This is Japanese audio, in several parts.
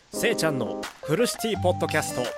せいちゃんのフルシティポッドキャスト。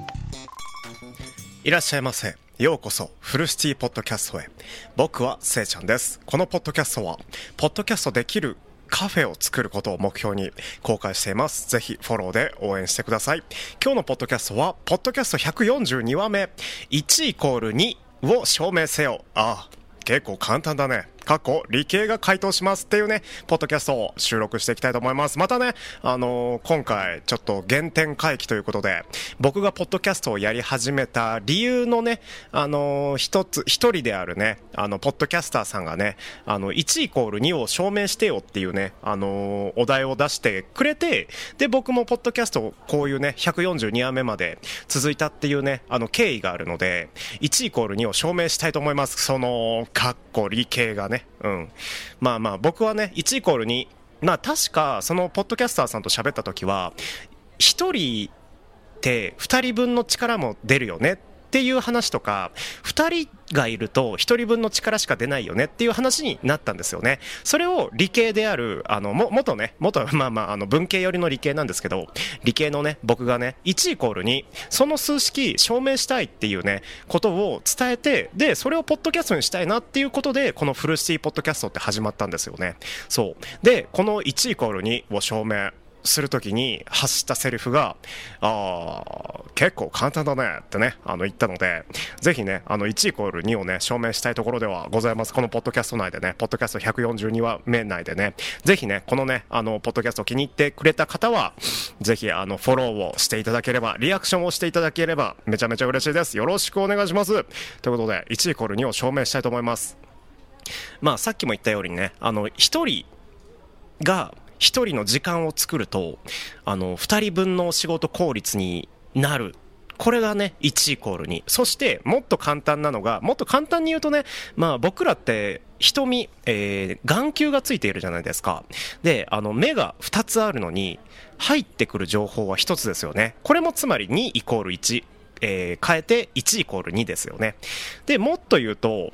いらっしゃいませ。ようこそフルシティポッドキャストへ。僕はせいちゃんです。このポッドキャストはポッドキャストできるカフェを作ることを目標に公開しています。ぜひフォローで応援してください。今日のポッドキャストはポッドキャスト142話目、1=2を証明せよ。結構簡単だね。理系が回答しますっていうね、ポッドキャストを収録していきたいと思います。またね、今回ちょっと原点回帰ということで、僕がポッドキャストをやり始めた理由のね、一人であるね、ポッドキャスターさんがね、1=2を証明してよっていうね、お題を出してくれて、で、僕もポッドキャストこういうね、142話目まで続いたっていうね、経緯があるので、1=2を証明したいと思います。理系がね。僕はね、1=2。確か、そのポッドキャスターさんと喋った時は、1人って2人分の力も出るよねっていう話とか、2人がいると1人分の力しか出ないよねっていう話になったんですよね。それを理系である、元文系寄りの理系なんですけど、理系のね、僕がね、1=2、その数式証明したいっていうね、ことを伝えて、で、それをポッドキャストにしたいなっていうことで、このフルシティポッドキャストって始まったんですよね。そう。で、この1=2を証明するときに発したセリフが結構簡単だねってね言ったので、ぜひね1=2をね証明したいところではございます。このポッドキャスト内でね、ポッドキャスト142話目内でね、ぜひねこのねポッドキャスト気に入ってくれた方はぜひフォローをしていただければ、リアクションをしていただければめちゃめちゃ嬉しいです。よろしくお願いします。ということで1=2を証明したいと思います。さっきも言ったようにね、一人が一人の時間を作ると二人分の仕事効率になる。これがね1=2。そしてもっと簡単なのが、もっと簡単に言うとね、僕らって瞳、眼球がついているじゃないですか。で目が2つあるのに入ってくる情報は1つですよね。これもつまり2=1、変えて1=2ですよね。でもっと言うと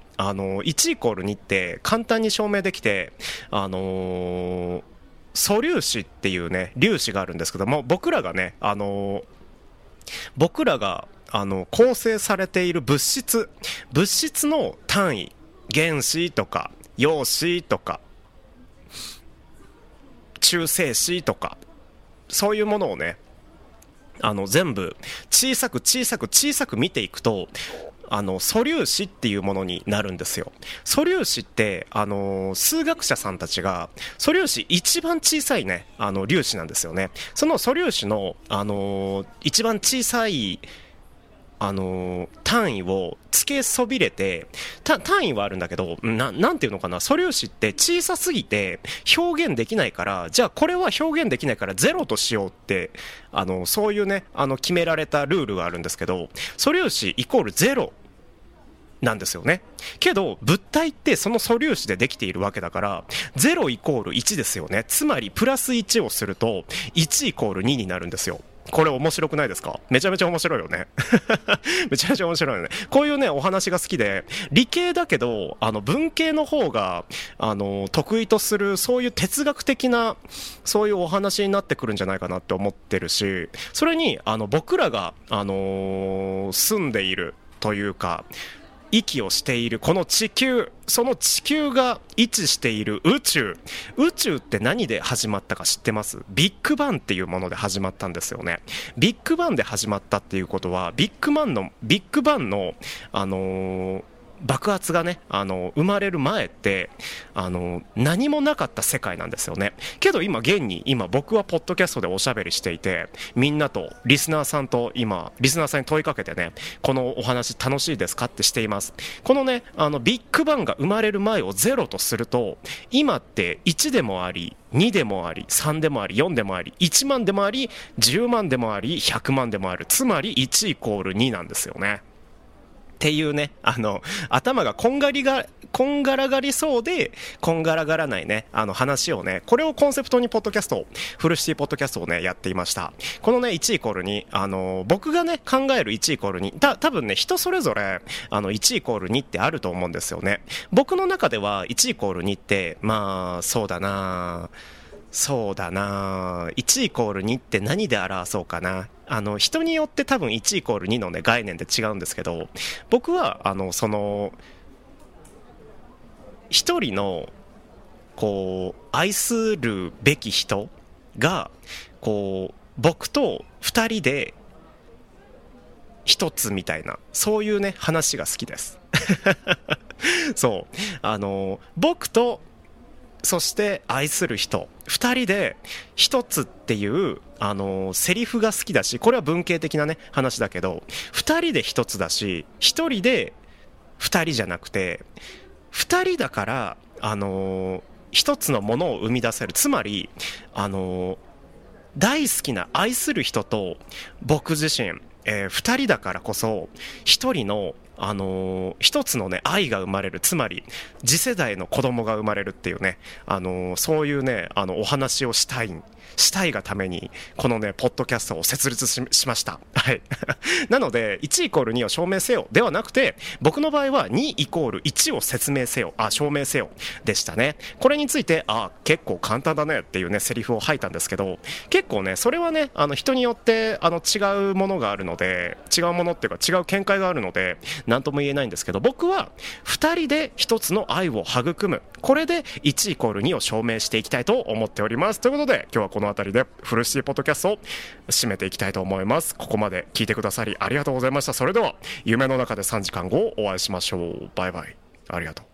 1=2って簡単に証明できて、素粒子っていうね粒子があるんですけども、僕らが構成されている物質の単位、原子とか陽子とか中性子とか、そういうものをね全部小さく見ていくと素粒子っていうものになるんですよ。素粒子って数学者さんたちが素粒子一番小さいね粒子なんですよね。その素粒子の一番小さい単位をつけそびれて、単位はあるんだけど、なんていうのかな、素粒子って小さすぎて表現できないから、じゃあこれは表現できないからゼロとしようってそういうね決められたルールがあるんですけど、素粒子=0なんですよね。けど物体ってその素粒子でできているわけだから、0=1ですよね。つまりプラス1をすると1=2になるんですよ。これ面白くないですか？めちゃめちゃ面白いよねめちゃめちゃ面白いよね。こういうねお話が好きで、理系だけど文系の方が得意とするそういう哲学的なそういうお話になってくるんじゃないかなって思ってるし、それに僕らが住んでいるというか息をしているこの地球、その地球が位置している宇宙って何で始まったか知ってます？ビッグバンっていうもので始まったんですよね。ビッグバンで始まったっていうことは、ビッグバンの爆発がね生まれる前って何もなかった世界なんですよね。けど今僕はポッドキャストでおしゃべりしていて、みんなとリスナーさんに問いかけてね、このお話楽しいですかってしています。このねビッグバンが生まれる前をゼロとすると、今って1でもあり2でもあり3でもあり4でもあり1万でもあり10万でもあり100万でもある。つまり1=2なんですよね。っていうね頭がこんがらがりそうでこんがらがらないね話をね、これをコンセプトにフルシティポッドキャストをねやっていました。このね1=2僕がね考える1=2、多分ね人それぞれ1=2ってあると思うんですよね。僕の中では1=2ってそうだなそうだな、1イコール2って何で表そうかな。人によって多分1イコール2のね概念って違うんですけど、僕はその一人のこう愛するべき人がこう僕と二人で一つみたいな、そういうね話が好きですそう僕とそして愛する人二人で一つっていうセリフが好きだし、これは文系的なね話だけど、二人で一つだし一人で二人じゃなくて二人だから一つのものを生み出せる。つまり大好きな愛する人と僕自身、二人だからこそ一人の一つのね愛が生まれる。つまり次世代の子供が生まれるっていうね、そういうねお話をしたいがためにこのねポッドキャストを設立しました。はいなので1イコール2を証明せよではなくて、僕の場合は2イコール1を証明せよでしたね。これについて結構簡単だねっていうねセリフを吐いたんですけど、結構ねそれはね人によって違うものがあるので、違うものっていうか違う見解があるので何とも言えないんですけど、僕は2人で1つの愛を育む、これで1イコール2を証明していきたいと思っております。ということで今日はこの辺りでフルシティポッドキャストを締めていきたいと思います。ここまで聞いてくださりありがとうございました。それでは夢の中で3時間後お会いしましょう。バイバイ。ありがとう。